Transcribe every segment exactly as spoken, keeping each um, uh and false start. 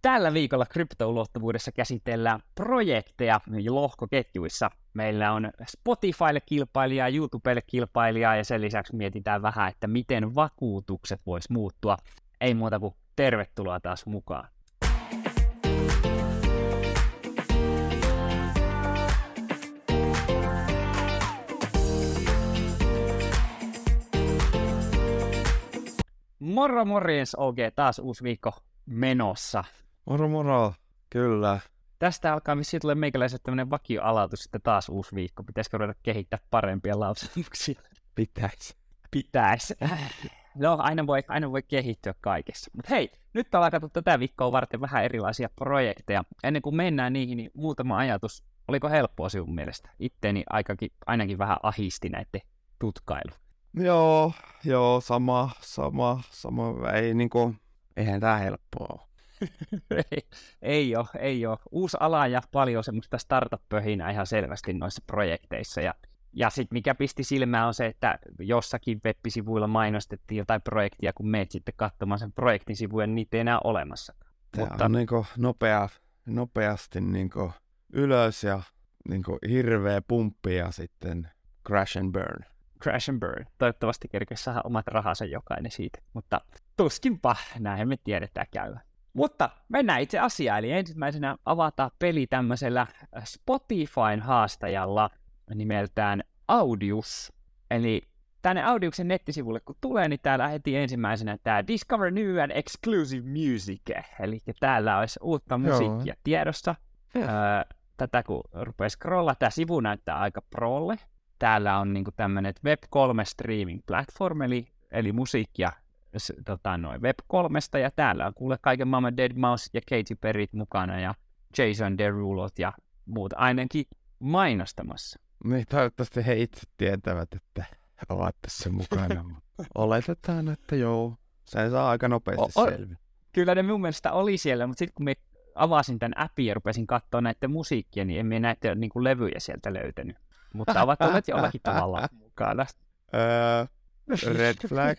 Tällä viikolla kryptoulottuvuudessa käsitellään projekteja lohkoketjuissa. Meillä on Spotifylle kilpailijaa, YouTubelle kilpailijaa ja sen lisäksi mietitään vähän, että miten vakuutukset vois muuttua. Ei muuta kuin tervetuloa taas mukaan. Moro morjens O G, taas uusi viikko menossa. Moro moro, kyllä. Tästä alkaa vissiin tulee meikäläiset tämmönen vakioalautus, että taas uusi viikko. Pitäisikö ruveta kehittää parempia lausahduksia? Pitäis. Pitäis. No, aina voi, aina voi kehittyä kaikessa. Mutta hei, nyt ollaan katsottu tätä viikkoa varten vähän erilaisia projekteja. Ennen kuin mennään niihin, niin muutama ajatus. Oliko helppoa sinun mielestä? Itteeni aikakin, ainakin vähän ahisti näiden tutkailu. Joo, joo, sama, sama, sama. Ei niinku, eihän tää helppoa. ei, ei oo, ei oo. Uusi ala ja paljon semmoista startup-pöhinää ihan selvästi noissa projekteissa. Ja, ja sitten mikä pisti silmään on se, että jossakin web-sivuilla mainostettiin jotain projektia, kun meet sitten katsomaan sen projektin sivuja, niin niitä ei enää olemassa. Tää Mutta on niinku nopea, nopeasti niinku ylös ja niinku hirveä pumppi ja sitten crash and burn. Crash and burn. Toivottavasti kerkeisi saada omat rahansa jokainen siitä. Mutta tuskinpa, näinhän me tiedetään käyvä. Mutta mennään itse asiaan. Eli ensimmäisenä avataan peli tämmöisellä Spotifyn haastajalla nimeltään Audius. Eli tänne Audiuksen nettisivulle kun tulee, niin täällä heti ensimmäisenä tämä Discover New and Exclusive Music. Eli täällä olisi uutta musiikkia Joo. tiedossa. Öö, tätä kun rupeaa scrollaa, tämä sivu näyttää aika prolle. Täällä on niinku tämmöinen web kolme streaming platform, eli, eli musiikkia s, tota, noin web kolmesta, ja täällä on kuule kaiken maailman deadmau five ja Katy Perryt mukana, ja Jason Derulot ja muut ainakin mainostamassa. Niin, toivottavasti he itse tietävät, että ovat tässä mukana. Oletetaan, että joo, se saa aika nopeasti o- selvä. Kyllä ne mun mielestä oli siellä, mutta sitten kun me avasin tämän appin ja rupesin katsoa näiden musiikkia, niin en minä näitä niin kuin levyjä sieltä löytänyt. Mutta ovat olleet jollakin tavalla mukana. Öö, red flag.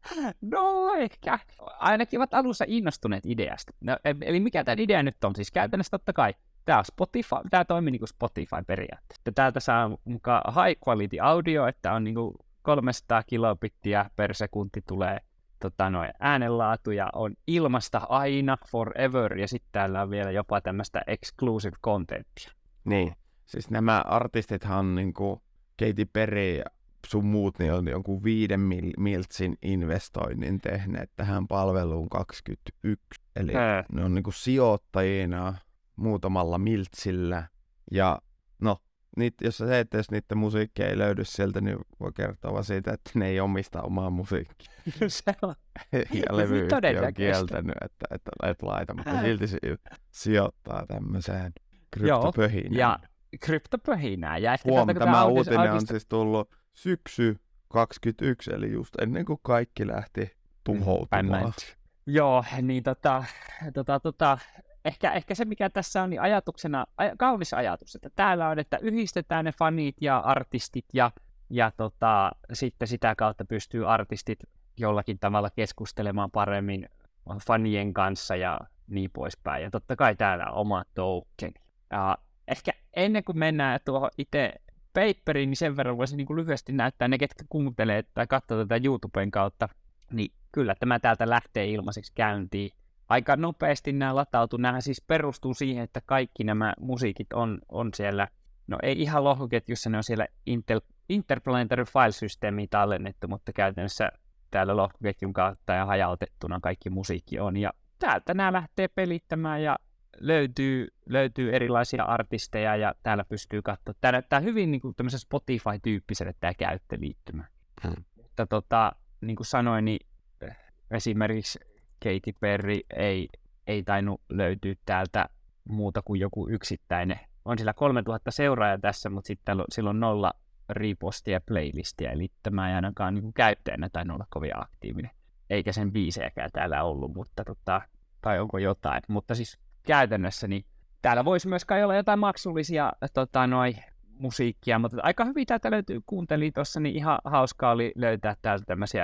No ehkä. Ainakin ovat alussa innostuneet ideasta. No, eli mikä tämä idea nyt on? Siis käytännössä totta kai tämä Spotify, tämä toimii niin kuin Spotify periaatteessa. Täältä saa mukaan high quality audio, että on niin kuin kolmesataa kilobittiä per sekunti tulee tota, noin äänenlaatu ja on ilmasta aina forever ja sitten täällä on vielä jopa tämmöistä exclusive contenttia. Niin. Siis nämä artistithan on niinku Katy Perry ja sun muut, niin on jonkun viiden mil- miltsin investoinnin tehneet tähän palveluun kaksikymmentäyksi. Eli Hää. ne on niinku sijoittajina muutamalla miltsillä. Ja no, niit, jos se, että jos niiden musiikkia ei löydy sieltä, niin voi kertoa vaan siitä, että ne ei omista omaa musiikkia. Se on. Ja levyyhtiö on kieltänyt, että, että et laita, mutta silti sijoittaa tämmöiseen kryptopöhinään. Ja kryptopöhinää. Ja Huom, tämä, tämä uutinen audista... on siis tullut syksy kaksikymmentäyksi, eli just ennen kuin kaikki lähti tuhoutumaan. Joo, niin tota, tota, tota, ehkä, ehkä se mikä tässä on niin ajatuksena, aj- kaunis ajatus, että täällä on, että yhdistetään ne fanit ja artistit ja, ja tota, sitten sitä kautta pystyy artistit jollakin tavalla keskustelemaan paremmin fanien kanssa ja niin poispäin. Ja totta kai täällä on oma tokeni. Ja ehkä ennen kuin mennään tuohon itse paperiin, niin sen verran voisin niin kuin lyhyesti näyttää ne, ketkä kuuntelee tai katsoo tätä YouTuben kautta, niin kyllä tämä täältä lähtee ilmaiseksi käyntiin. Aika nopeasti nämä latautuu. Nämä siis perustuu siihen, että kaikki nämä musiikit on, on siellä, no ei ihan lohkoketjussa, ne on siellä Intel, Interplanetary File-systeemiin tallennettu, mutta käytännössä täällä lohkoketjun kautta ja hajautettuna kaikki musiikki on. Ja täältä nämä lähtee pelittämään ja Löytyy, löytyy erilaisia artisteja ja täällä pystyy katsoa. Tämä näyttää hyvin niin kuin tämmöisen Spotify-tyyppiselle tämä käyttöliittymä. Hmm. Mutta tota, niin kuin sanoin, niin esimerkiksi Katy Perry ei, ei tainnut löytyä täältä muuta kuin joku yksittäinen. On sillä kolmetuhatta seuraajaa tässä, mutta sitten sillä on nolla repostia ja playlistia, eli tämä ei ainakaan niin kuin käyttäjänä tainnut olla kovin aktiivinen. Eikä sen biisejäkään täällä ollut, mutta tota, tai onko jotain. Mutta siis käytännössä, niin täällä voisi myös kai olla jotain maksullisia tota, noi, musiikkia, mutta aika hyvin täältä löytyy, kuuntelin tuossa, niin ihan hauskaa oli löytää täältä tämmöisiä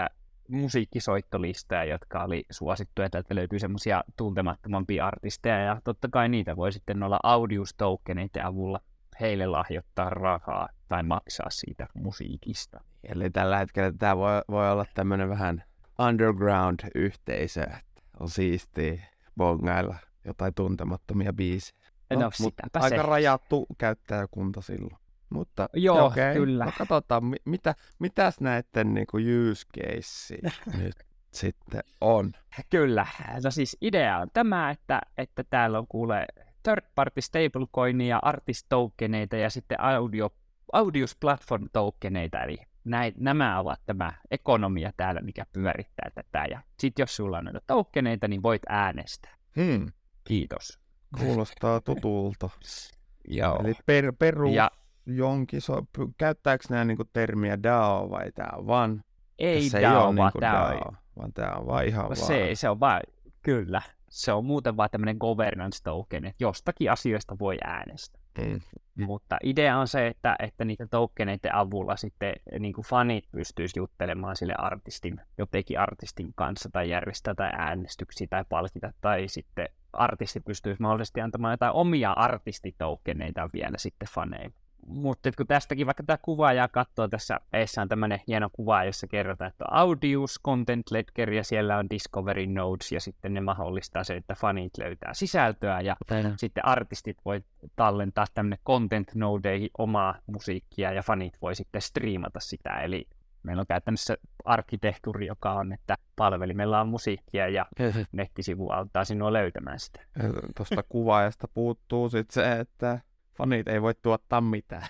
musiikkisoittolistoja, jotka oli suosittuja, että löytyy semmoisia tuntemattomampia artisteja, ja totta kai niitä voi sitten olla Audius-tokeneiden avulla heille lahjoittaa rahaa tai maksaa siitä musiikista. Eli tällä hetkellä tämä voi, voi olla tämmöinen vähän underground-yhteisö, että on siistiä bongailla jotain tuntemattomia biisejä. No, no sitäpä aika se. rajattu käyttäjäkunta silloin. Mutta Joo, okay. kyllä. No katsotaan, mitä, mitäs näiden niinku use case nyt sitten on. Kyllä. No siis idea on tämä, että, että täällä on kuule third party stablecoinia, artist tokeneita ja sitten audio, Audius platform tokeneita, eli näin, nämä ovat tämä ekonomia täällä, mikä pyörittää tätä. Ja sitten jos sulla on noita tokeneita, niin voit äänestää. Hmm. Kiitos. Kuulostaa tutulta. Joo. Eli per, peru Ja jonkin, so, käyttääkö nämä niinku termiä D A O vai tämä on vaan? ei se D A O, ole vaan niinku tämä D A O, on, vaan tämä on vaan ihan se, vaan. se on vaan, kyllä, se on muuten vaan tämmöinen governance token, että jostakin asioista voi äänestää. Mm. Mutta idea on se, että, että niiden tokeneiden avulla sitten niin kuin fanit pystyisi juttelemaan sille artistin, jotenkin artistin kanssa tai järjestää tai äänestyksiä tai palkita, tai sitten artisti pystyisi mahdollisesti antamaan jotain omia artistitokeneita vielä sitten faneille. Mutta kun tästäkin vaikka tämä kuvaaja katsoo, tässä eessä on tämmöinen hieno kuva, jossa kerrotaan, että on Audius, Content Ledger ja siellä on Discovery Nodes ja sitten ne mahdollistaa se, että fanit löytää sisältöä ja Tein. sitten artistit voi tallentaa tämmöinen Content Nodeihin omaa musiikkia ja fanit voi sitten striimata sitä. Eli meillä on käytännössä arkkitehtuuri, joka on, että palvelimella on musiikkia ja nettisivu auttaa sinua löytämään sitä. Tuosta kuvaajasta puuttuu sitten se, että fanit ei voi tuottaa mitään.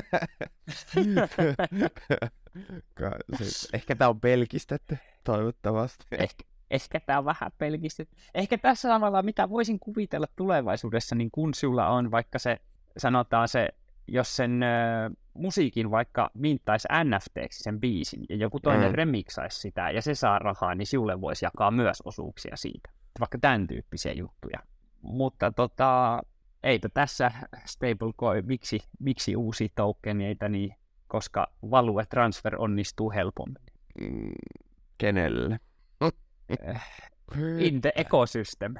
siis, ehkä tämä on pelkistetty, toivottavasti. Ehkä, ehkä tämä on vähän pelkistetty. Ehkä tässä samalla, mitä voisin kuvitella tulevaisuudessa, niin kun sulla on vaikka se, sanotaan se, jos sen ö, musiikin vaikka minttaisi N F T:ksi sen biisin, ja joku toinen mm. remixaisi sitä, ja se saa rahaa, niin sinulle voisi jakaa myös osuuksia siitä. Vaikka tämän tyyppisiä juttuja. Mutta tota... Eipä tässä stablecoin, miksi, miksi uusia tokeneita, niin koska value transfer onnistuu helpommin. Mm, kenelle? In the ecosystem.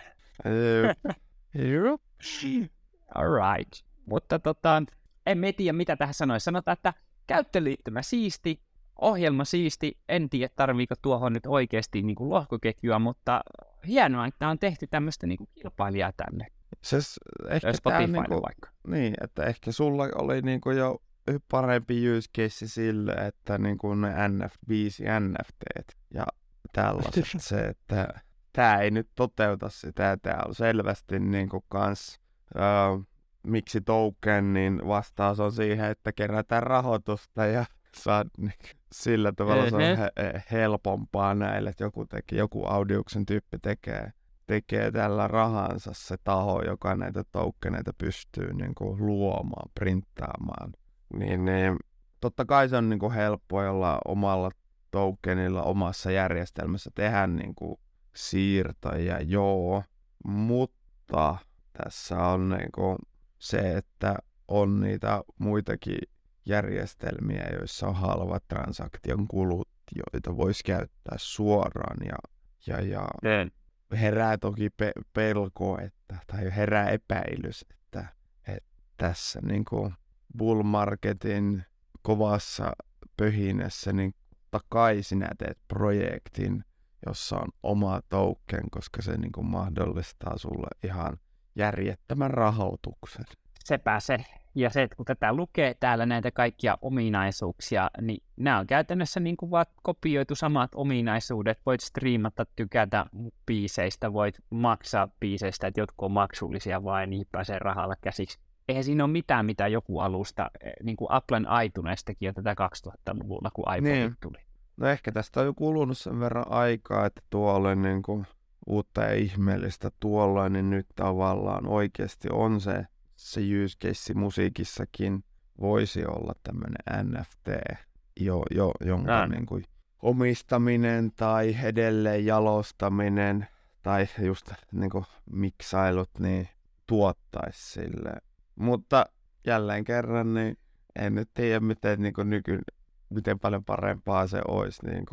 Alright. Mutta tota, en tiedä mitä tähän sanoisi. Sanotaan, että käyttöliittymä siisti, ohjelma siisti. En tiedä tarviiko tuohon nyt oikeasti niin kuin lohkoketjua, mutta hienoa, että on tehty tämmöistä niin kuin kilpailijaa tänne. Siis ehkä Spotify niinku, vaikka. Niin, että ehkä sulla oli niinku jo parempi use case sille, että niinku ne N F viisi N F T ja tällaiset se, että tämä ei nyt toteuta sitä, tämä on selvästi niinku kans, uh, miksi token, niin vastaus on siihen, että kerätään rahoitusta ja saa sillä tavalla se on he- helpompaa näille, että joku, teki, joku Audiuksen tyyppi tekee. tekee tällä rahansa se taho, joka näitä tokeneita pystyy niin kuin luomaan, printtaamaan. Niin, niin, totta kai se on niin kuin helppo jolla omalla tokenilla omassa järjestelmässä tehdä niin kuin siirtoja, joo, mutta tässä on niin kuin se, että on niitä muitakin järjestelmiä, joissa on halvat transaktion kulut, joita voisi käyttää suoraan ja, ja, ja herää toki pe- pelko, että, tai herää epäilys, että, että tässä niin kuin bull marketin kovassa pöhinässä, niin takai sinä teet projektin, jossa on oma token, koska se niin kuin mahdollistaa sulle ihan järjettömän rahoituksen. Sepä se. Ja se, että kun tätä lukee täällä näitä kaikkia ominaisuuksia, niin nämä on käytännössä niin kuin vaan kopioitu samat ominaisuudet. Voit striimata, tykätä biiseistä, voit maksaa biiseistä, että jotkut on maksullisia vain, niin pääsee rahalla käsiksi. Eihän siinä ole mitään, mitä joku alusta, niin kuin Applen iTunes teki jo tätä kaksituhattaluvulla, kun iPhone niin tuli. No ehkä tästä on jo kulunut sen verran aikaa, että tuolle niin kuin uutta ja ihmeellistä tuolloin, niin nyt tavallaan oikeasti on se, se use case musiikissakin voisi olla tämmöinen N F T, jo, jo, jonka niin kuin omistaminen tai edelleen jalostaminen tai just niin kuin miksailut niin tuottaisi sille. Mutta jälleen kerran, niin en nyt tiedä, miten, niin kuin nyky, miten paljon parempaa se olisi niin kuin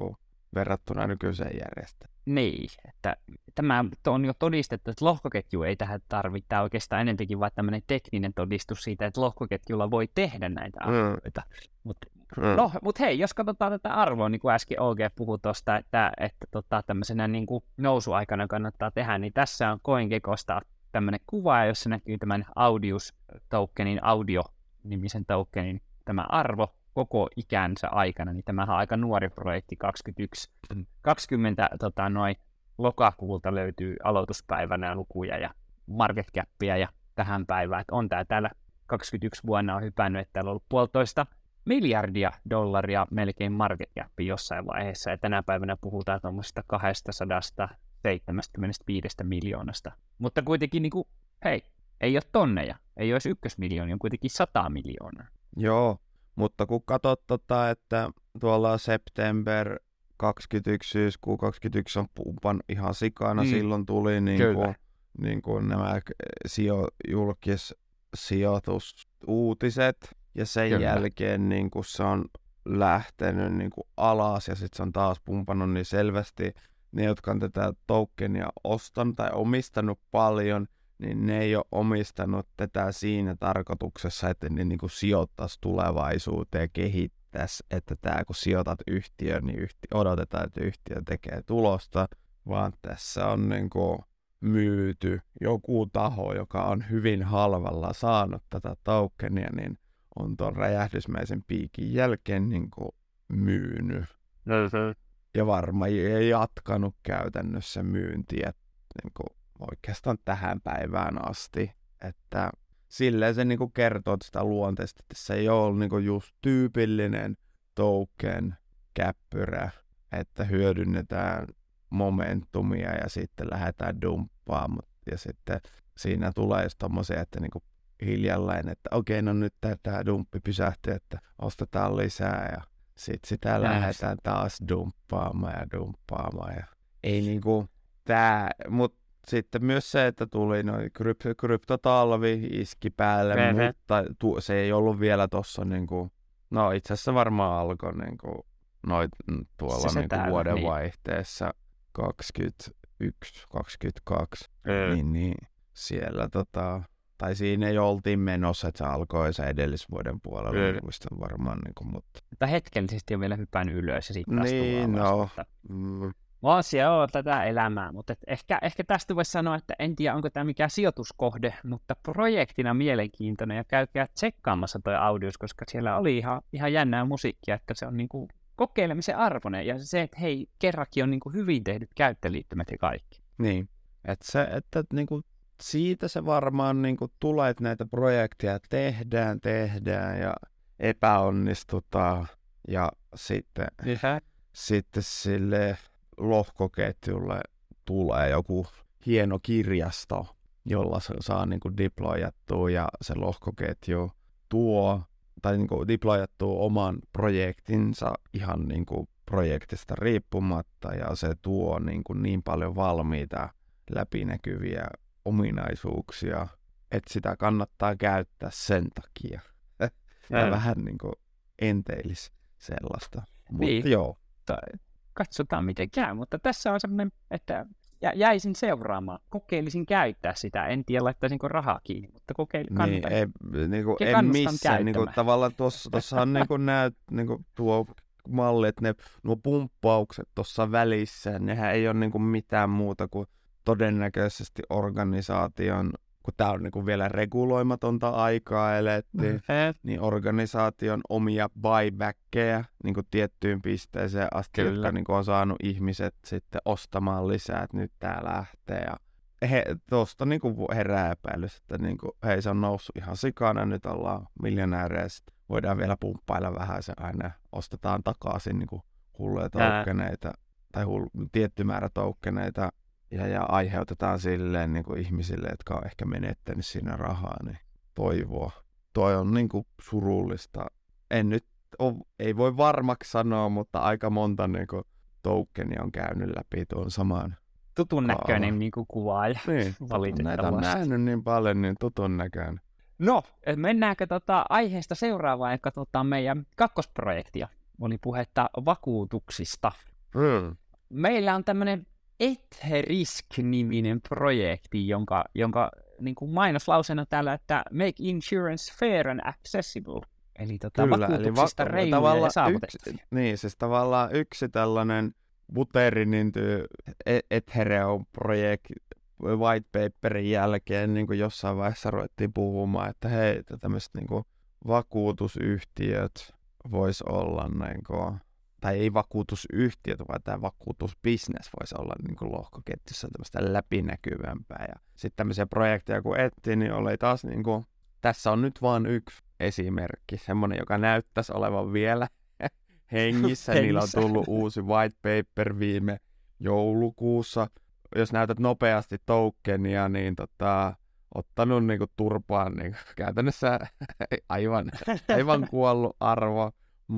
verrattuna nykyiseen järjestelmään. Niin, että tämä on jo todistettu, että lohkoketju ei tähän tarvitse. Tämä oikeastaan enempikin vaan tämmöinen tekninen todistus siitä, että lohkoketjulla voi tehdä näitä Mm. asioita. Mutta Mm. no, mut hei, jos katsotaan tätä arvoa, niin kuin äsken O G puhui tuosta, että, että tota, tämmöisenä niin kuin nousuaikana kannattaa tehdä, niin tässä on CoinGeckosta tämmöinen kuva, jossa näkyy tämän Audius-tokenin, Audio-nimisen tokenin tämä arvo koko ikänsä aikana, niin tämähän on aika nuori projekti, kaksikymmentäyksi, kaksikymmentä tota, noin lokakuulta löytyy aloituspäivänä lukuja ja market capia ja tähän päivään, että on tää täällä kaksikymmentäyksi vuonna on hypännyt, että täällä on ollut puolitoista miljardia dollaria melkein market cap jossain vaiheessa, ja tänä päivänä puhutaan tuommoisesta kaksisataaseitsemänkymmentäviisi miljoonasta. Mutta kuitenkin, niin kuin, hei, ei ole tonneja, ei olisi ykkösmiljoonia, on kuitenkin sata miljoonaa. Joo, mutta kun katsot, tota, että tuolla September kaksikymmentäyksi, syyskuu kaksikymmentäyksi on pumpan ihan sikana, Mm. silloin tuli niin Kyllä. kuin, niin kuin nämä sijo, julkissijoitusuutiset, ja sen Kyllä. jälkeen niin kuin se on lähtenyt niin kuin alas, ja sitten se on taas pumpannut niin selvästi. Ne, jotka on tätä tokenia ostanut tai omistanut paljon, niin ne ei ole omistanut tätä siinä tarkoituksessa, että ne niin kuin sijoittaisi tulevaisuuteen ja kehittäisi, että tämä kun sijoitat yhtiöön, niin yhtiö, odotetaan, että yhtiö tekee tulosta, vaan tässä on niin kuin myyty joku taho, joka on hyvin halvalla saanut tätä tokenia, niin on tuon räjähdysmäisen piikin jälkeen niin kuin myynyt. Ja varmaan ei jatkanut käytännössä myyntiä niin kuin oikeastaan tähän päivään asti. Että silleen se niin kuin kertoo sitä luonteesta, että se ei ole niin kuin just tyypillinen token käppyrä, että hyödynnetään momentumia ja sitten lähdetään dumppaamaan. Ja sitten siinä tulee just tommosia, että niin kuin hiljalleen, että okei, no nyt tämä dumppi pysähtyy, että ostetaan lisää ja sitten sitä Näin. lähdetään taas dumppaamaan ja dumppaamaan. Ja ei niinku tää, mut sitten myös se, että tuli noin kryp- kryptotalvi iski päälle, Perfect. mutta tu- se ei ollut vielä tossa niinku, no itse asiassa varmaan alkoi niinku noit tuolla Se niinku täällä, vuodenvaihteessa kaksikymmentäyksi kaksikymmentäkaksi, Mm. niin, niin siellä tota, tai siinä ei oltiin menossa, että se alkoi se edellisvuoden puolella, Mm. niin muistan varmaan, niin kuin, mutta... Mutta hetkellisesti on vielä hypännyt ylös ja sitten taas Niin, tullaan no. vasta. Mm, On se on tätä elämää, mutta et ehkä, ehkä tästä voisi sanoa, että en tiedä onko tämä mikään sijoituskohde, mutta projektina mielenkiintoinen ja käykää tsekkaamassa toi Audius, koska siellä oli ihan, ihan jännää musiikkia, että se on niinku kokeilemisen arvoinen ja se, että hei, kerrankin on niinku hyvin tehdyt käyttöliittymät ja kaikki. niin, että se, että niinku, siitä se varmaan niinku tulee, että näitä projekteja tehdään, tehdään ja epäonnistutaan ja sitten, sitten sille lohkoketjulle tulee joku hieno kirjasto, jolla se saa niinku deployattua ja se lohkoketju tuo tai niinku deployattua oman projektinsa ihan niinku projektista riippumatta ja se tuo niinku niin paljon valmiita läpinäkyviä ominaisuuksia, että sitä kannattaa käyttää sen takia. Ja Mm. vähän niinku enteilisi sellaista. Niin. Mutta joo. Katsotaan miten käy, mutta tässä on semmoinen, että jä- jäisin seuraamaan, kokeilisin käyttää sitä, en tiedä laittaisinko rahaa kiinni, mutta kokeilin Niin, kannattaa. ei, niinku, Oikein en kannustan missään. Niinku, käyttämään. tavallaan tuossa on niinku näyt, niinku, tuo malli, että ne, nuo pumppaukset tuossa välissä, nehän ei ole niinku mitään muuta kuin todennäköisesti organisaation, kun tämä on niinku vielä reguloimatonta aikaa elettiin, Mm. niin organisaation omia buybackkejä niin tiettyyn pisteeseen asti, Kyllä. jotka niin on saanut ihmiset sitten ostamaan lisää, että nyt tämä lähtee. Ja he, tuosta niin herää epäilys, että niin kuin, hei, se on noussut ihan sikana, nyt ollaan miljonäärejä, voidaan vielä pumppailla vähän se aina, ostetaan takaisin niin hulluja toukkeneita tai hull, tietty määrä toukkeneita ja, ja aiheutetaan silleen niin kuin ihmisille, jotka on ehkä menettänyt siinä rahaa, niin toivoa. Toi on niin kuin surullista. En nyt ole, ei voi varmaksi sanoa, mutta aika monta niin kuin tokenia on käynyt läpi tuon saman. Tutun näköinen niin kuin kuvaaja, Niin, valitettavasti. näitä on nähnyt niin paljon, niin tutun näköinen. No, mennäänkö tota aiheesta seuraavaan ja katsotaan meidän kakkosprojektia. Oli puhetta vakuutuksista. Mm. Meillä on tämmöinen Etherisk-niminen projekti, jonka, jonka niin kuin mainoslauseena täällä, että make insurance fair and accessible. Eli tota, Kyllä, vakuutuksista eli va- reiluja ja saavutettavia. yksi, niin, siis tavallaan yksi tällainen Buterin Ethereum-projekti white paperin jälkeen niin kuin jossain vaiheessa ruvettiin puhumaan, että hei, tämmöiset niin kuin vakuutusyhtiöt vois olla, niin kuin, tai ei vakuutusyhtiöt, vaan tämä vakuutusbusiness voisi olla niin kuin lohkoketjussa tämmöistä läpinäkyvämpää. Ja sitten tämmöisiä projekteja kun etsin, niin oli taas niin kuin, tässä on nyt vain yksi esimerkki, semmoinen, joka näyttäisi olevan vielä hengissä. Niillä on tullut uusi white paper viime joulukuussa. Jos näytät nopeasti tokenia, niin tota, ottanut niinku turpaan niinku, käytännössä aivan, aivan kuollut arvo.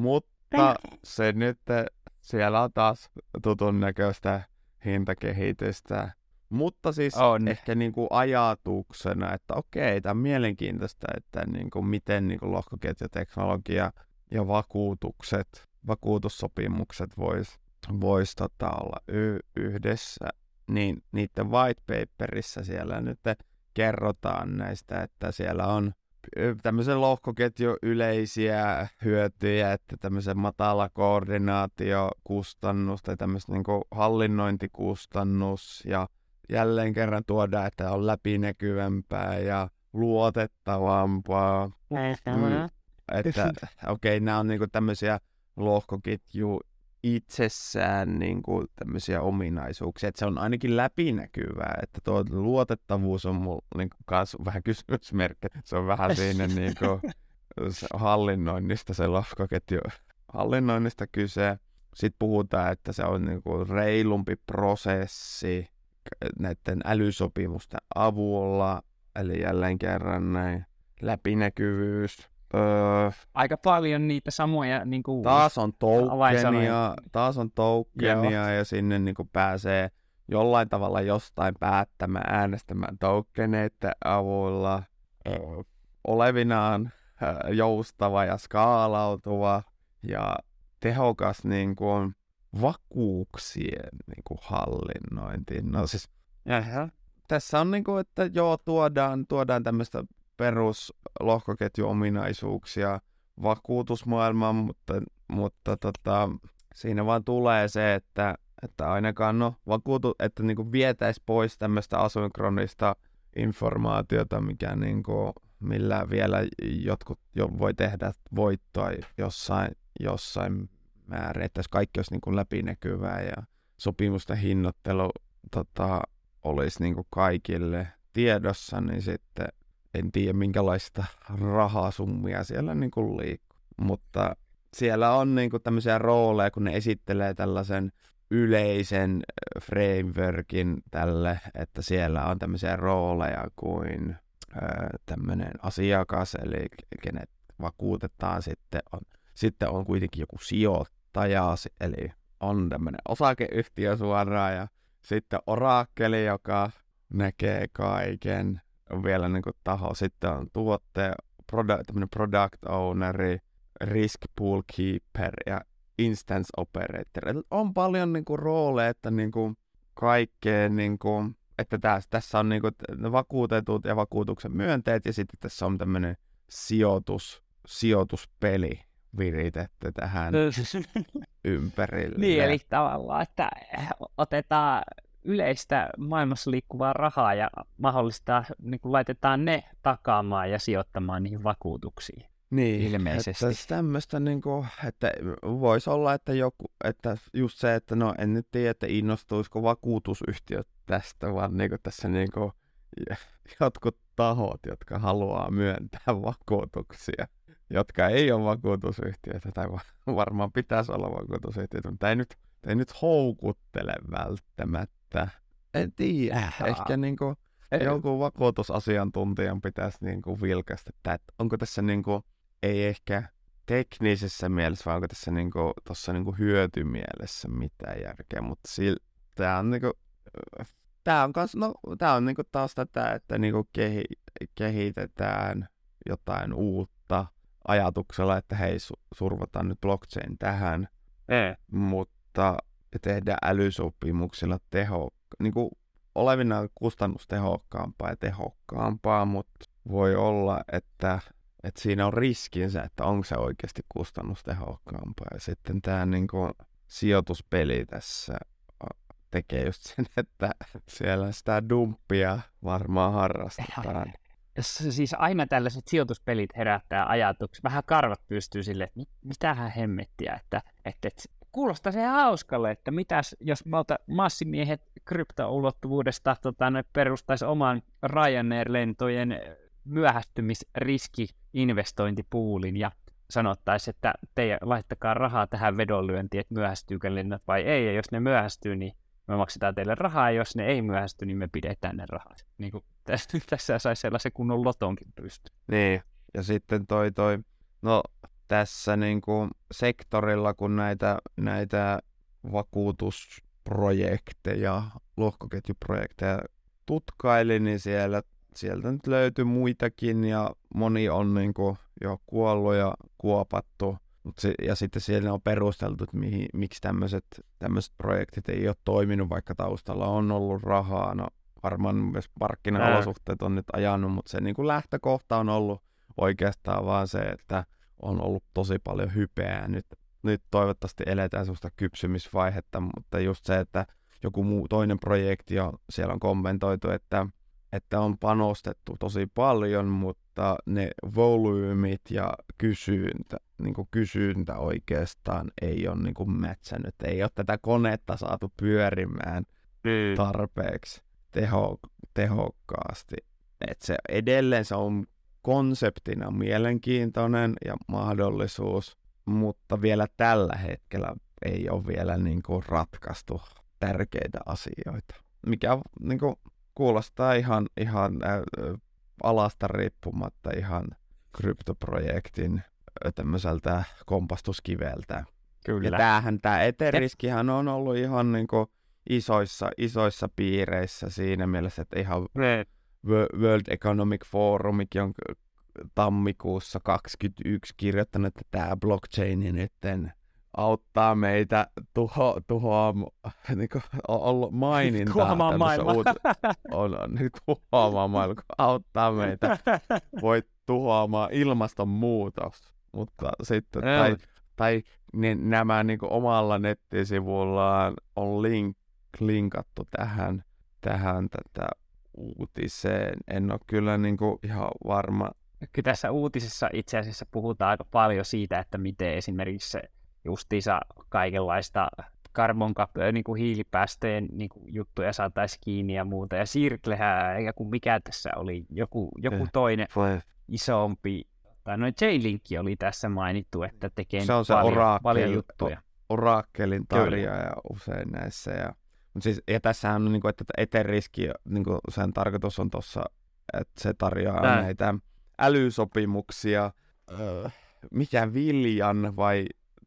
Mutta se nyt, siellä on taas tutun näköistä hintakehitystä. Mutta siis on ehkä niinku ajatuksena, että okei, tämä on mielenkiintoista, että niinku miten niinku lohkoketjuteknologia ja vakuutukset, vakuutussopimukset vois, vois tota olla y- yhdessä. Niin niiden white paperissa siellä nyt kerrotaan näistä, että siellä on tämmöisen lohkoketjun yleisiä hyötyjä, että tämmöisen matala koordinaatiokustannus tai tämmöistä niinku hallinnointikustannus ja jälleen kerran tuodaan, että on läpinäkyvämpää ja luotettavampaa. Mm, että okei, okay, nämä on niinku tämmöisiä lohkoketju itsessään niinku tämmöisiä ominaisuuksia, että se on ainakin läpinäkyvää, että tuo luotettavuus on mulla niinku kans vähän kysymysmerkki. Se on vähän siinä niinku hallinnoinnista, se lohkoketju hallinnoinnista kyse. Sitten puhutaan, että se on niinku reilumpi prosessi näiden älysopimusten avulla, eli jälleen kerran näin läpinäkyvyys. Öö, Aika paljon niitä samoja niin kuin, taas on tokenia, taas on tokenia ja sinne niin kuin pääsee jollain tavalla jostain päättämään, äänestämään tokeneiden avulla. Öö, olevinaan öö, joustava ja skaalautuva ja tehokas niin kuin, vakuuksien niin kuin, hallinnointi. No siis, Jaha. tässä on niin kuin, että joo, tuodaan, tuodaan tämmöistä peruslohkoketjuominaisuuksia vakuutusmaailmaan, mutta, mutta tota, siinä vaan tulee se, että, että ainakaan no, vakuutu, että niinku vietäisi pois tämmöistä asynkronista informaatiota, mikä niinku, millä vielä jotkut jo voi tehdä voittoa jossain, jossain määrin, että jos kaikki olisi niinku läpinäkyvää ja sopimusten hinnoittelu tota, olisi niinku kaikille tiedossa, niin sitten en tiedä, minkälaista rahasummia siellä niin kuin liikkuu. Mutta siellä on niin kuin tämmöisiä rooleja, kun ne esittelee tällaisen yleisen frameworkin tälle, että siellä on tämmöisiä rooleja kuin ää, tämmöinen asiakas, eli kenet vakuutetaan. Sitten on, sitten on kuitenkin joku sijoittaja, eli on tämmöinen osakeyhtiö suoraan, ja sitten orakkeli, joka näkee kaiken. On vielä niin kuin taho. Sitten on tuottaja, product, tämmöinen product owneri, risk pool keeper ja instance operator. Eli on paljon niin kuin rooleja, että niin kuin kaikkeen, niin kuin, että tässä, tässä on niin kuin vakuutetut ja vakuutuksen myönteet ja sitten tässä on tämmöinen sijoitus, sijoituspeli viritetty tähän ympärille. Niin, eli tavallaan, että otetaan yleistä maailmassa liikkuvaa rahaa ja mahdollista, niin kuin laitetaan ne takaamaan ja sijoittamaan niihin vakuutuksiin. Niin, ilmeisesti. Että tämmöistä, niin kuin, että voisi olla, että, joku, että just se, että no en nyt tiedä, että innostuisiko vakuutusyhtiöt tästä, vaan niin kuin tässä niin kuin, jotkut tahot, jotka haluaa myöntää vakuutuksia, jotka ei ole vakuutusyhtiöitä, tai varmaan pitäisi olla vakuutusyhtiöitä, mutta ei nyt, ei nyt houkuttele välttämättä. En tiedä, äh, ehkä niin kuin, jonkun vakuutusasiantuntijan pitäisi niin kuin vilkaista, että onko tässä niin kuin, ei ehkä teknisessä mielessä, vaan onko tässä niin kuin, tossa niin kuin hyötymielessä mitään järkeä, mutta sil, tämä on niin kuin, tää on, kans, no, tää on niin kuin taas tätä, että niin kuin kehi, kehitetään jotain uutta ajatuksella, että hei, su, survataan nyt blockchain tähän, e. mutta ja tehdä älysopimuksilla teho, niin kuin olevinaan kustannustehokkaampaa ja tehokkaampaa, mutta voi olla, että, että siinä on riskinsä, että onko se oikeasti kustannustehokkaampaa. Ja sitten tämä niin kuin sijoituspeli tässä tekee just sen, että siellä sitä dumppia varmaan harrastetaan. Siis aina tällaiset sijoituspelit herättää ajatuksia. Vähän karvat pystyy silleen, että mitähän hemmettiä. Että, että, että kuulostaa se hauskalle, että mitäs jos malta massimiehet kryptoulottuvuudesta tota, perustaisi oman Ryanair-lentojen myöhästymisriski-investointipuulin ja sanottaisiin, että te laittakaa rahaa tähän vedonlyöntiin, että myöhästyykö lennot vai ei. Ja jos ne myöhästyy, niin me maksetaan teille rahaa, ja jos ne ei myöhästy, niin me pidetään ne rahat. Niin kuin tässä, tässä saisi sellaisen kunnon lotonkin pystyä. Niin, ja sitten toi toi, no tässä niin kuin sektorilla, kun näitä, näitä vakuutusprojekteja, lohkoketjuprojekteja tutkaili, niin siellä, sieltä nyt löytyi muitakin, ja moni on niin kuin jo kuollut ja kuopattu. Mut se, ja sitten siellä on perusteltu, että mihin, miksi tämmöiset projektit ei ole toiminut, vaikka taustalla on ollut rahaa. No varmaan myös markkinaolosuhteet on nyt ajanut, mutta se niin kuin lähtökohta on ollut oikeastaan vaan se, että on ollut tosi paljon hypeä. Nyt, nyt toivottavasti eletään sellaista kypsymisvaihetta, mutta just se, että joku muu toinen projekti on, siellä on kommentoitu, että, että on panostettu tosi paljon, mutta ne volyymit ja kysyntä, niin kuin kysyntä oikeastaan ei ole niin kuin mätsännyt. Ei ole tätä konetta saatu pyörimään mm. tarpeeksi teho, tehokkaasti. Et se, edelleen se on konseptina mielenkiintoinen ja mahdollisuus, mutta vielä tällä hetkellä ei ole vielä niin kuin ratkaistu tärkeitä asioita. Mikä niin kuin kuulostaa ihan, ihan äh, alasta riippumatta ihan kryptoprojektin tämmöiseltä kompastuskiveltä. Kyllä. Ja tämähän, tämä Ethereumhan on ollut ihan niin kuin isoissa, isoissa piireissä siinä mielessä, että ihan ne. World Economic Forumikin on tammikuussa kaksikymmentäyksi kirjoittanut, että tämä blockchain nyt auttaa meitä tuho, tuhoamaan, niin kuin on ollut mainintaa tuhoamaan maailmaa. Uut, on, on niin tuhoamaan maailmaa, auttaa meitä, voi tuhoamaan ilmastonmuutos, mutta sitten, tai, tai niin nämä niin kuin omalla nettisivullaan on link, linkattu tähän, tähän tätä uutiseen. En ole kyllä niin kuin ihan varma. Kyllä tässä uutisessa itse asiassa puhutaan aika paljon siitä, että miten esimerkiksi justiinsa kaikenlaista carbon niin kuin hiilipäästöjen niin kuin juttuja saataisiin kiinni ja muuta. Ja Circlehän, eikä kun mikä tässä oli, joku, joku toinen isompi, tai noin J-Link oli tässä mainittu, että tekee se on paljon, se Oracle, paljon juttuja. Orakelin tarjoaja usein näissä. Ja, siis, ja tässähän on, niin kuin, että Ethereum, niin kuin sen tarkoitus on tuossa, että se tarjoaa Tää. näitä älysopimuksia, öö, mikä viljan vai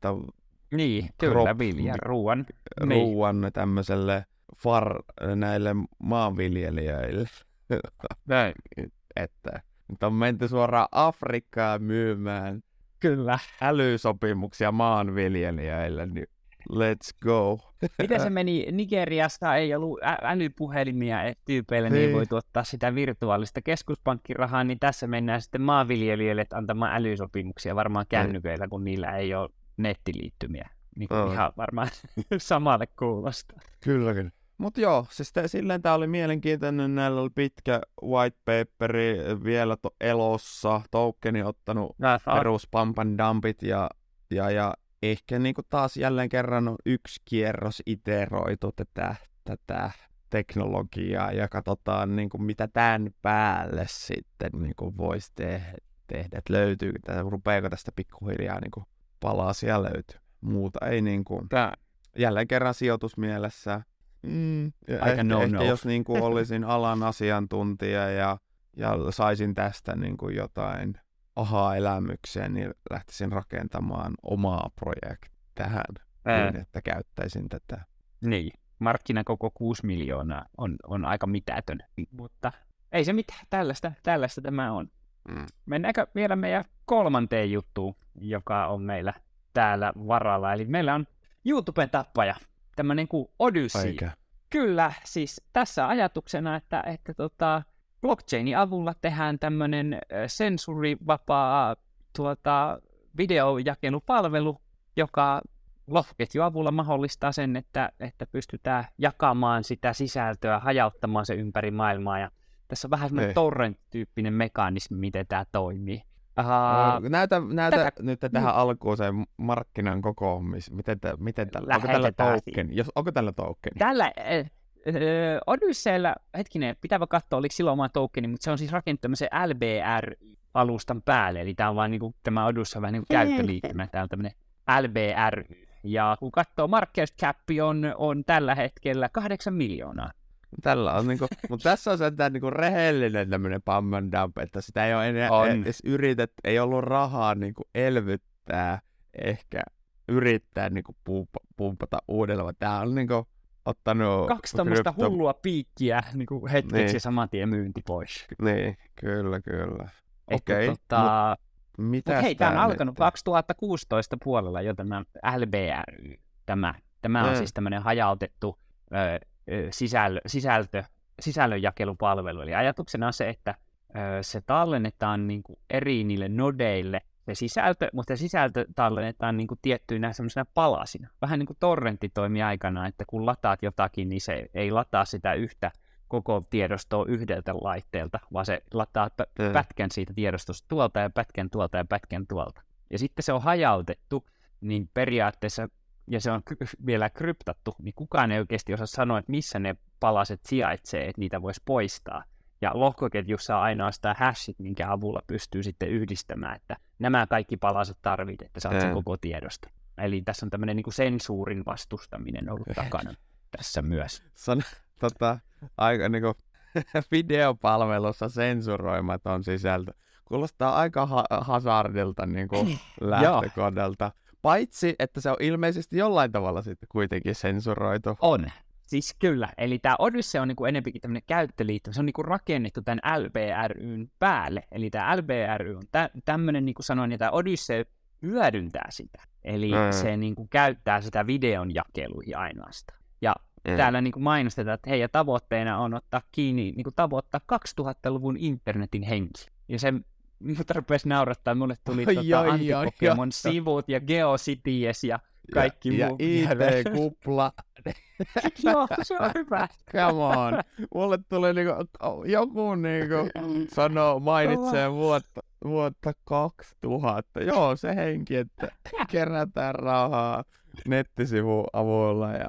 niin, kyllä, viljan, ruuan. Ruuan tämmöiselle far, näille maanviljelijöille. Näin. Että nyt on menty suoraan Afrikkaan myymään kyllä älysopimuksia maanviljelijöille, niin let's go. Miten se meni? Nigeriasta ei ollut älypuhelimia tyypeille, niin ei voi tuottaa sitä virtuaalista keskuspankkirahaa, niin tässä mennään sitten maanviljelijöille antamaan älysopimuksia varmaan kännyköillä, kun niillä ei ole nettiliittymiä. Niin kuin ihan varmaan samalle kuulostaa. Kyllä, kyllä. Mutta joo, siis te, silleen tämä oli mielenkiintoinen, näillä oli pitkä white paperi vielä to, elossa, tokeni ottanut perus pump and dumpit ja, ja, ja ehkä niinku taas jälleen kerran on yksi kierros iteroitu tätä, tätä teknologiaa ja katsotaan niinku mitä tämän päälle sitten niinku voisi tehdä, tehdä. että löytyy, että rupeako tästä pikkuhiljaa niinku palasia löytyy. Muuta ei niinku, Tää. jälleen kerran sijoitusmielessä. Mm, Aika no, ehkä no. jos niin kuin olisin alan asiantuntija ja, ja saisin tästä niin kuin jotain aha-elämyksiä, niin lähtisin rakentamaan omaa projektia tähän, niin, että käyttäisin tätä. Niin, markkinakoko kuusi miljoonaa on, on aika mitätön, mutta ei se mitään, tällaista, tällaista tämä on. Mm. Mennäänkö vielä meidän kolmanteen juttuun, joka on meillä täällä varalla, eli meillä on YouTuben tappaja. tämmöinen kuin Odyssey. Eikä. Kyllä, siis tässä ajatuksena, että, että tota, blockchainin avulla tehdään tämmöinen sensurivapaa tuota, videojakelupalvelu, joka lohkoketjun avulla mahdollistaa sen, että, että pystytään jakamaan sitä sisältöä, hajauttamaan se ympäri maailmaa. Ja tässä on vähän semmoinen torrent-tyyppinen mekanismi, miten tämä toimii. Uh, näytä näytä tätä... nyt tähän alkuun se markkinan koko, miten, tä, miten tällä, onko tällä token? Jos, onko tällä token? Tällä äh, äh, Odysseyllä, hetkinen, pitääpä katsoa, oliko silloin oma tokeni, mutta se on siis rakennettu tämmöisen L B R-alustan päälle, eli tämä on vaan niinku, tämä Odyssey on vähän niin kuin käyttöliittymä, tämä on tämmöinen L B R. Ja kun katsoo, market cap on, on tällä hetkellä kahdeksan miljoonaa. Tällä on niinku, mutta tässä on sentään niinku rehellinen tämmöinen pump and dump, että sitä ei ole enää on. edes yritetty, ei ollut rahaa niinku elvyttää, ehkä yrittää niinku pumpa, pumpata uudelleen. Tää on niinku ottanut... Kaksi tämmöistä krypto... hullua piikkiä niinku hetkeksi niin. Ja saman tien myynti pois. Niin, kyllä, kyllä. Okei, okay, tota... Mut, mut hei, tämä on alkanut kaksituhattakuusitoista puolella jo tämä L B R. Tämä, tämä on mm. siis tämmöinen hajautettu... Öö, Sisällö, sisältö, sisällönjakelupalvelu. Eli ajatuksena on se, että ö, se tallennetaan niin kuin eri niille nodeille se sisältö, mutta se sisältö tallennetaan niin kuin tiettyinä semmoisena palasina. Vähän niin kuin torrentti toimii aikanaan, että kun lataat jotakin, niin se ei lataa sitä yhtä koko tiedostoa yhdeltä laitteelta, vaan se lataa p- pätkän siitä tiedostosta tuolta ja pätkän tuolta ja pätkän tuolta. Ja sitten se on hajautettu, niin periaatteessa ja se on vielä kryptattu, niin kukaan ei oikeasti osaa sanoa, että missä ne palaset sijaitsee, että niitä voisi poistaa. Ja lohkoketjussa on ainoastaan hashit, minkä avulla pystyy sitten yhdistämään, että nämä kaikki palaset tarvit, että saat sen koko tiedosta. Eli tässä on tämmöinen niin kuin sensuurin vastustaminen ollut takana tässä myös. San, tota, aika niin kuin videopalvelussa sensuroimaton sisältö. Kuulostaa aika ha- hazardilta niin kuin lähtökohdalta. Paitsi, että se on ilmeisesti jollain tavalla sitten kuitenkin sensuroitu. On. Siis kyllä. Eli tämä Odyssey on niinku enempikin tämmöinen käyttöliittymä. Se on niinku rakennettu tämän L B R:n päälle. Eli tämä L B R on tä- tämmöinen, niin kuin sanoin, ja tämä Odyssey hyödyntää sitä. Eli mm. se niinku käyttää sitä videon jakeluihin ainoastaan. Ja mm. täällä niinku mainostetaan, että heidän tavoitteena on ottaa kiinni, niinku tavoittaa kaksituhattaluvun internetin henki. Ja se minut rupesi naurattaa, mulle tuli tuota Antipokemon-sivut ja GeoCities ja kaikki ja, muu. Ja I T-kupla. Joo, se on hyvä. Come on. Mulle tuli niinku, joku niinku sanoo, mainitsee vuotta, vuotta kaksituhatta. Joo, se henki, että kerätään rahaa nettisivun avulla ja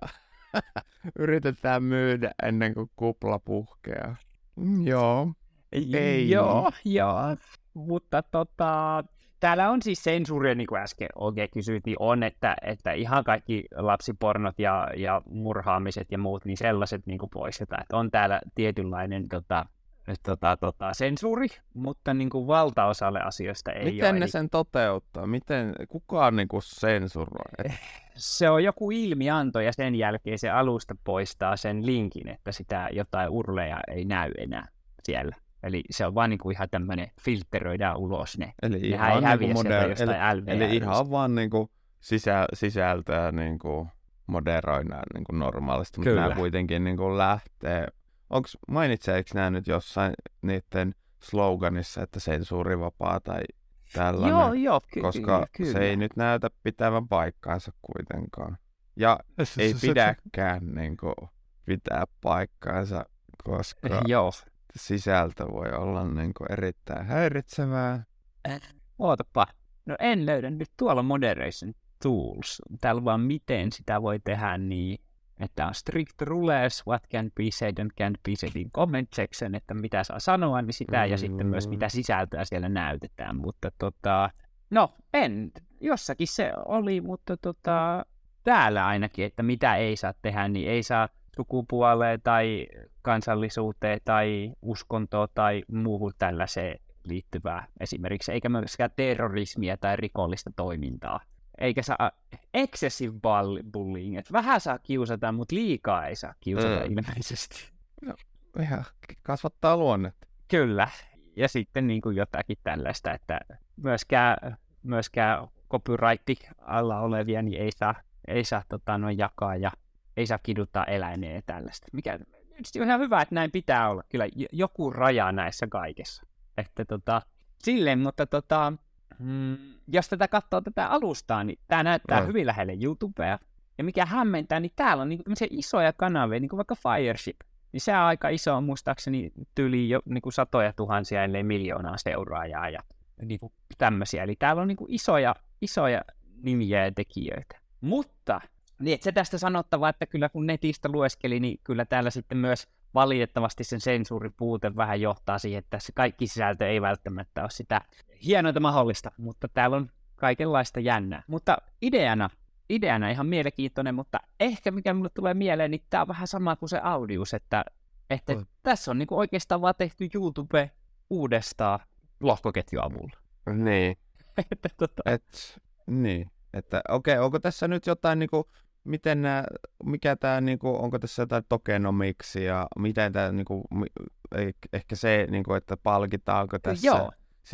yritetään myydä ennen kuin kupla puhkeaa. Mm, joo. Ei. Joo, joo. Mutta tota, täällä on siis sensuuria, niin kuin äsken oikein kysyit, niin on, että, että ihan kaikki lapsipornot ja, ja murhaamiset ja muut, niin sellaiset niin kuin poistetaan. Että on täällä tietynlainen tota, tota, tota, sensuuri, mutta niin kuin valtaosalle asioista ei Miten ole. ne Eli... sen toteuttaa? Miten, kukaan niin kuin sensuroi? Se on joku ilmianto ja sen jälkeen se alusta poistaa sen linkin, että sitä jotain urleja ei näy enää siellä. Eli se on vaan niinku ihan tämmöinen, filtteröidään ulos ne. Eli Nehän ihan ei niinku häviä moder- sieltä jostain eli, L B R. eli ihan vaan niinku sisä, sisältöä niinku moderoidaan niinku normaalisti, mutta nämä kuitenkin niinku lähtee. Onks, mainitseeko nämä nyt jossain niiden sloganissa, että sensuurivapaa tai tällainen? Joo, joo, ky- koska kyllä. Se ei nyt näytä pitävän paikkaansa kuitenkaan. Ja ei pidäkään niinku pitää paikkaansa, koska... Joo. Sisältö voi olla niin kuin erittäin häiritsevää. Ootapa. No en löydä nyt tuolla Moderation Tools. Täällä vaan miten sitä voi tehdä niin, että on strict rules, what can be said and can't be said in comment section, että mitä saa sanoa, niin sitä, mm. ja sitten myös mitä sisältöä siellä näytetään. Mutta tota, no en, jossakin se oli, mutta tota, täällä ainakin, että mitä ei saa tehdä, niin ei saa sukupuoleen tai kansallisuuteen tai uskontoon tai muuhun tällaiseen liittyvää esimerkiksi, eikä myöskään terrorismia tai rikollista toimintaa. Eikä saa excessive bullying, että vähän saa kiusata, mutta liikaa ei saa kiusata mm. ilmeisesti. No, ihan kasvattaa luonnetta. Kyllä, ja sitten niin kuin jotakin tällaista, että myöskään, myöskään copyright alla olevia niin ei saa, ei saa tota, noin jakaa ja ei saa kiduttaa eläimiä ja tällaista. Mikä tietysti on ihan hyvä, että näin pitää olla. Kyllä joku raja näissä kaikessa. Että tota, silleen, mutta tota, mm, jos tätä katsoo tätä alustaa, niin tämä näyttää no. hyvin lähelle YouTubea. Ja mikä hämmentää, niin täällä on niinku isoja kanavia, niin kuin vaikka Fireship. Niin se on aika iso, muistaakseni tyyli jo niinku satoja tuhansia, ellei miljoonaa seuraajaa ja niinku tämmöisiä. Eli täällä on niinku isoja, isoja nimiä ja tekijöitä. Mutta niin, että se tästä sanottavaa, että kyllä kun netistä lueskeli, niin kyllä täällä sitten myös valitettavasti sen sensuuripuute vähän johtaa siihen, että se kaikki sisältö ei välttämättä ole sitä hienointa mahdollista, mutta täällä on kaikenlaista jännää. Mutta ideana, ideana ihan mielenkiintoinen, mutta ehkä mikä mulle tulee mieleen, niin tää on vähän sama kuin se Audius, että, että oh. tässä on niinku oikeastaan vaan tehty YouTube uudestaan lohkoketjun avulla. Niin. että, tota... Et, niin. Että okei, okay, onko tässä nyt jotain niinku, miten nää, mikä tää niinku, onko tässä jotain tokenomiksia, miten tää niinku, ehkä se niinku, että palkitaanko tässä Joo.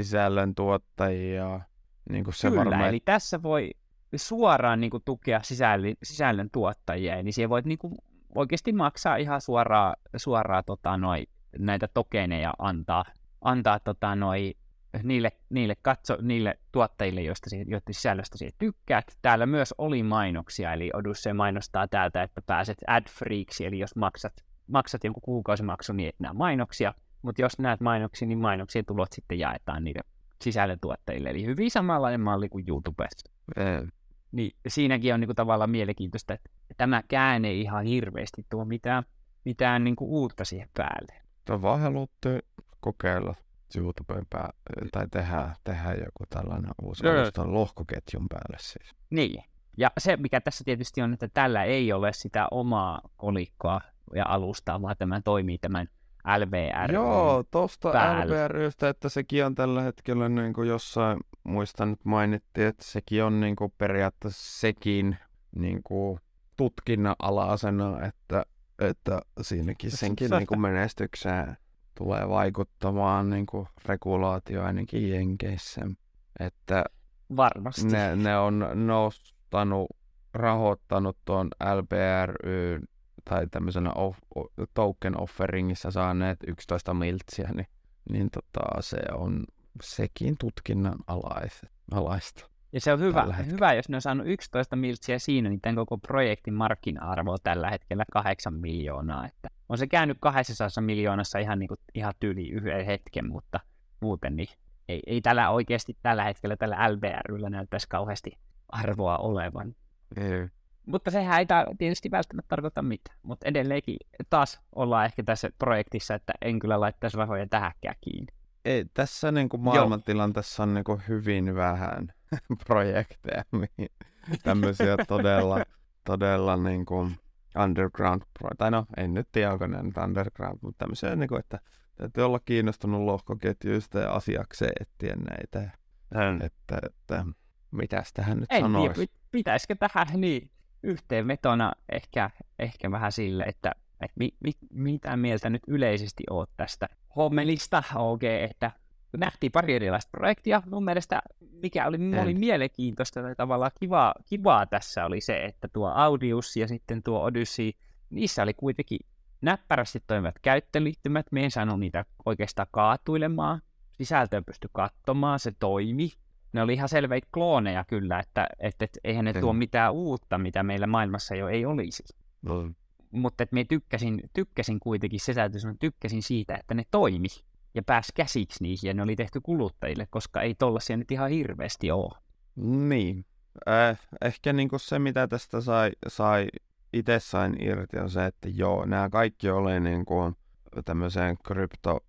sisällöntuottajia, niinku se Kyllä, varmaan. Eli tässä voi suoraan niinku tukea sisällön, sisällön tuottajia, eli siellä voit niinku oikeasti maksaa ihan suoraan, suoraan tota, noi, näitä tokeneja antaa, antaa tota, noi, niille, niille, katso, niille tuottajille, joista, joiden sisällöstä siihen tykkäät. Täällä myös oli mainoksia, eli Odyssey mainostaa täältä, että pääset ad-freeksi, eli jos maksat, maksat jonkun kuukausimaksun, niin et näe mainoksia, mutta jos näet mainoksia, niin mainoksien tulot sitten jaetaan niille sisällöntuottajille, eli hyvin samanlainen malli kuin YouTubessa. Mm. Niin siinäkin on niinku tavallaan mielenkiintoista, että tämäkään ei ihan hirveästi tuo mitään, mitään niinku uutta siihen päälle. Te vaan haluatte kokeilla YouTuben päälle, tai tehdä, tehdä joku tällainen uusi no, alustan lohkoketjun päälle siis. Niin, ja se mikä tässä tietysti on, että tällä ei ole sitä omaa kolikkoa ja alustaa, vaan tämä toimii tämän L V R. Joo, tosta L V R:stä, että sekin on tällä hetkellä niin kuin jossain, muistan nyt mainittiin, että sekin on niin kuin periaatteessa sekin niin kuin tutkinnan ala-asena, että, että siinäkin senkin niin kuin menestykseen tulee vaikuttamaan niin kuin regulaatio ainakin Jenkeissä. Että varmasti. Ne, ne on nostanut, rahoittanut tuon L B R tai tämmöisenä off, token offeringissa saaneet yksitoista miltsiä, niin, niin tota, se on sekin tutkinnan alais, alaista. Ja se on hyvä, hyvä, jos ne on saanut yksitoista miltsiä siinä, niin tämän koko projektin markkina-arvo on tällä hetkellä kahdeksan miljoonaa. Että on se käynyt kahdessasadassa miljoonassa ihan, niin kuin, ihan tyyli yhden hetken, mutta muuten niin ei, ei tällä oikeasti tällä hetkellä tällä L B R:llä näyttäisi kauheasti arvoa olevan. Mm. Mutta sehän ei tietysti välttämättä tarkoita mitään. Mutta edelleenkin taas ollaan ehkä tässä projektissa, että en kyllä laittaisi rahoja tähänkään kiinni. Ei, tässä niin kuin maailmantilanteessa on niin kuin hyvin vähän projekteja, mihin tämmöisiä todella, todella niin kuin underground, tai no, en nyt tiedä, onko ne nyt underground, mutta tämmöisiä, niin kuin, että täytyy olla kiinnostunut lohkoketjuista ja asiakseen etsiä näitä, hmm. että, että mitäs tähän nyt en sanoisi. Tiedä, pitäisikö tähän niin yhteenvetona ehkä, ehkä vähän sille, että, että mi, mi, mitä mieltä nyt yleisesti oot tästä hommelista, ok, että nähtiin pari erilaista projektia. Mun mielestä mikä oli, oli mielenkiintoista tai tavallaan kivaa, kivaa tässä oli se, että tuo Audius ja sitten tuo Odyssey, niissä oli kuitenkin näppärästi toimivat käyttöliittymät. Me en saanut niitä oikeastaan kaatuilemaan. Sisältöä pystyi katsomaan, se toimi. Ne oli ihan selveitä klooneja kyllä, että, että, että eihän ne tuo mitään uutta, mitä meillä maailmassa jo ei olisi. No. Mutta että me tykkäsin, tykkäsin kuitenkin, se täytyy sanoa, tykkäsin siitä, että ne toimi ja pääsi käsiksi niihin ja ne oli tehty kuluttajille, koska ei tollaisia nyt ihan hirveästi ole. Niin. Äh, ehkä niinku se, mitä tästä sai, sai itse sain irti, on se, että joo, nämä kaikki oli niinku tämmöiseen krypto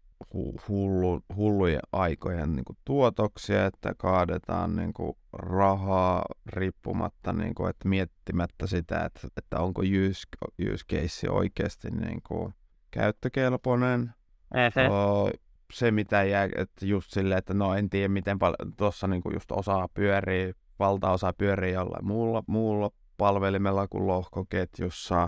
Hullu, hullujen aikojen niin kuin, tuotoksia, että kaadetaan niin kuin, rahaa riippumatta, niin kuin, että miettimättä sitä, että, että onko use, use case oikeasti niin kuin, käyttökelpoinen. O, se mitä jää, että just silleen, että no en tiedä miten paljon, tuossa niin kuin, just osa pyörii, valtaosa pyörii jollain muulla, muulla palvelimella kuin lohkoketjussa.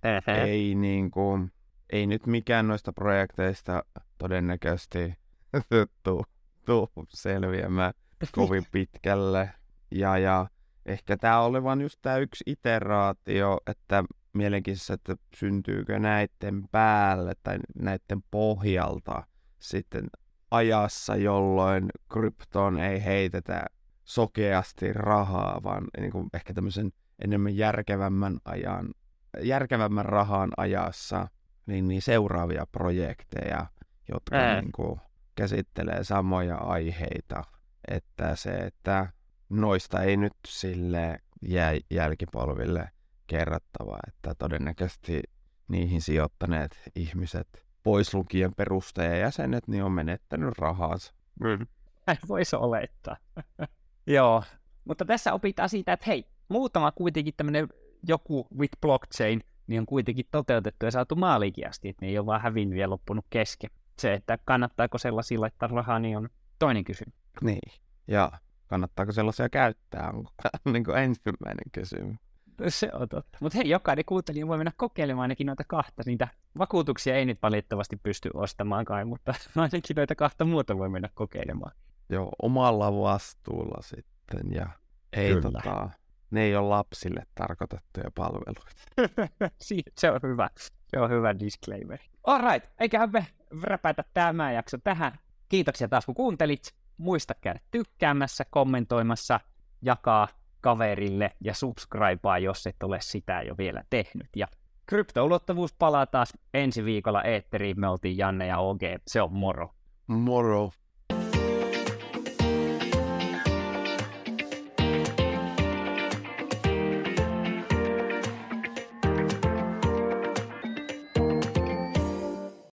Ei niin kuin, ei nyt mikään noista projekteista todennäköisesti tuu, tuu selviämään kovin pitkälle. Ja, ja ehkä tämä oli vaan just tämä yksi iteraatio, että mielenkiintoista, että syntyykö näiden päälle tai näiden pohjalta sitten ajassa, jolloin kryptoon ei heitetä sokeasti rahaa, vaan niin kuin ehkä tämmöisen enemmän järkevämmän ajan, järkevämmän rahan ajassa, niin, niin seuraavia projekteja, jotka niin kuin käsittelee samoja aiheita, että se, että noista ei nyt sille jää jälkipolville kerrottavaa, että todennäköisesti niihin sijoittaneet ihmiset, pois lukien perustajajäsenet, niin on menettänyt rahansa. Mm. Voisi olettaa. Joo, mutta tässä opitaan siitä, että hei, muutama kuitenkin tämmöinen joku with blockchain, niin on kuitenkin toteutettu ja saatu maaliinkin asti, että ne ei ole vaan hävinnyt ja loppunut kesken. Se, että kannattaako sellaisia laittaa rahaa, niin on toinen kysymys. Niin, ja kannattaako sellaisia käyttää, on niin kuin ensimmäinen kysymys. Se on totta. Mutta hei, jokainen kuuntelija voi mennä kokeilemaan ainakin noita kahta. Niitä vakuutuksia ei nyt valitettavasti pysty ostamaan kai, mutta ainakin noita kahta muuta voi mennä kokeilemaan. Joo, omalla vastuulla sitten. Ja ei, tota, ne ei ole lapsille tarkoitettuja palveluita. Se on hyvä. Se on hyvä disclaimer. Alright, eiköhän me räpätä tämä jakso tähän. Kiitoksia taas kun kuuntelit. Muista käydä tykkäämässä, kommentoimassa, jakaa kaverille ja subscribea, jos et ole sitä jo vielä tehnyt. Ja kryptoulottuvuus palaa taas ensi viikolla eetteriin. Me oltiin Janne ja O G. Se on moro. Moro.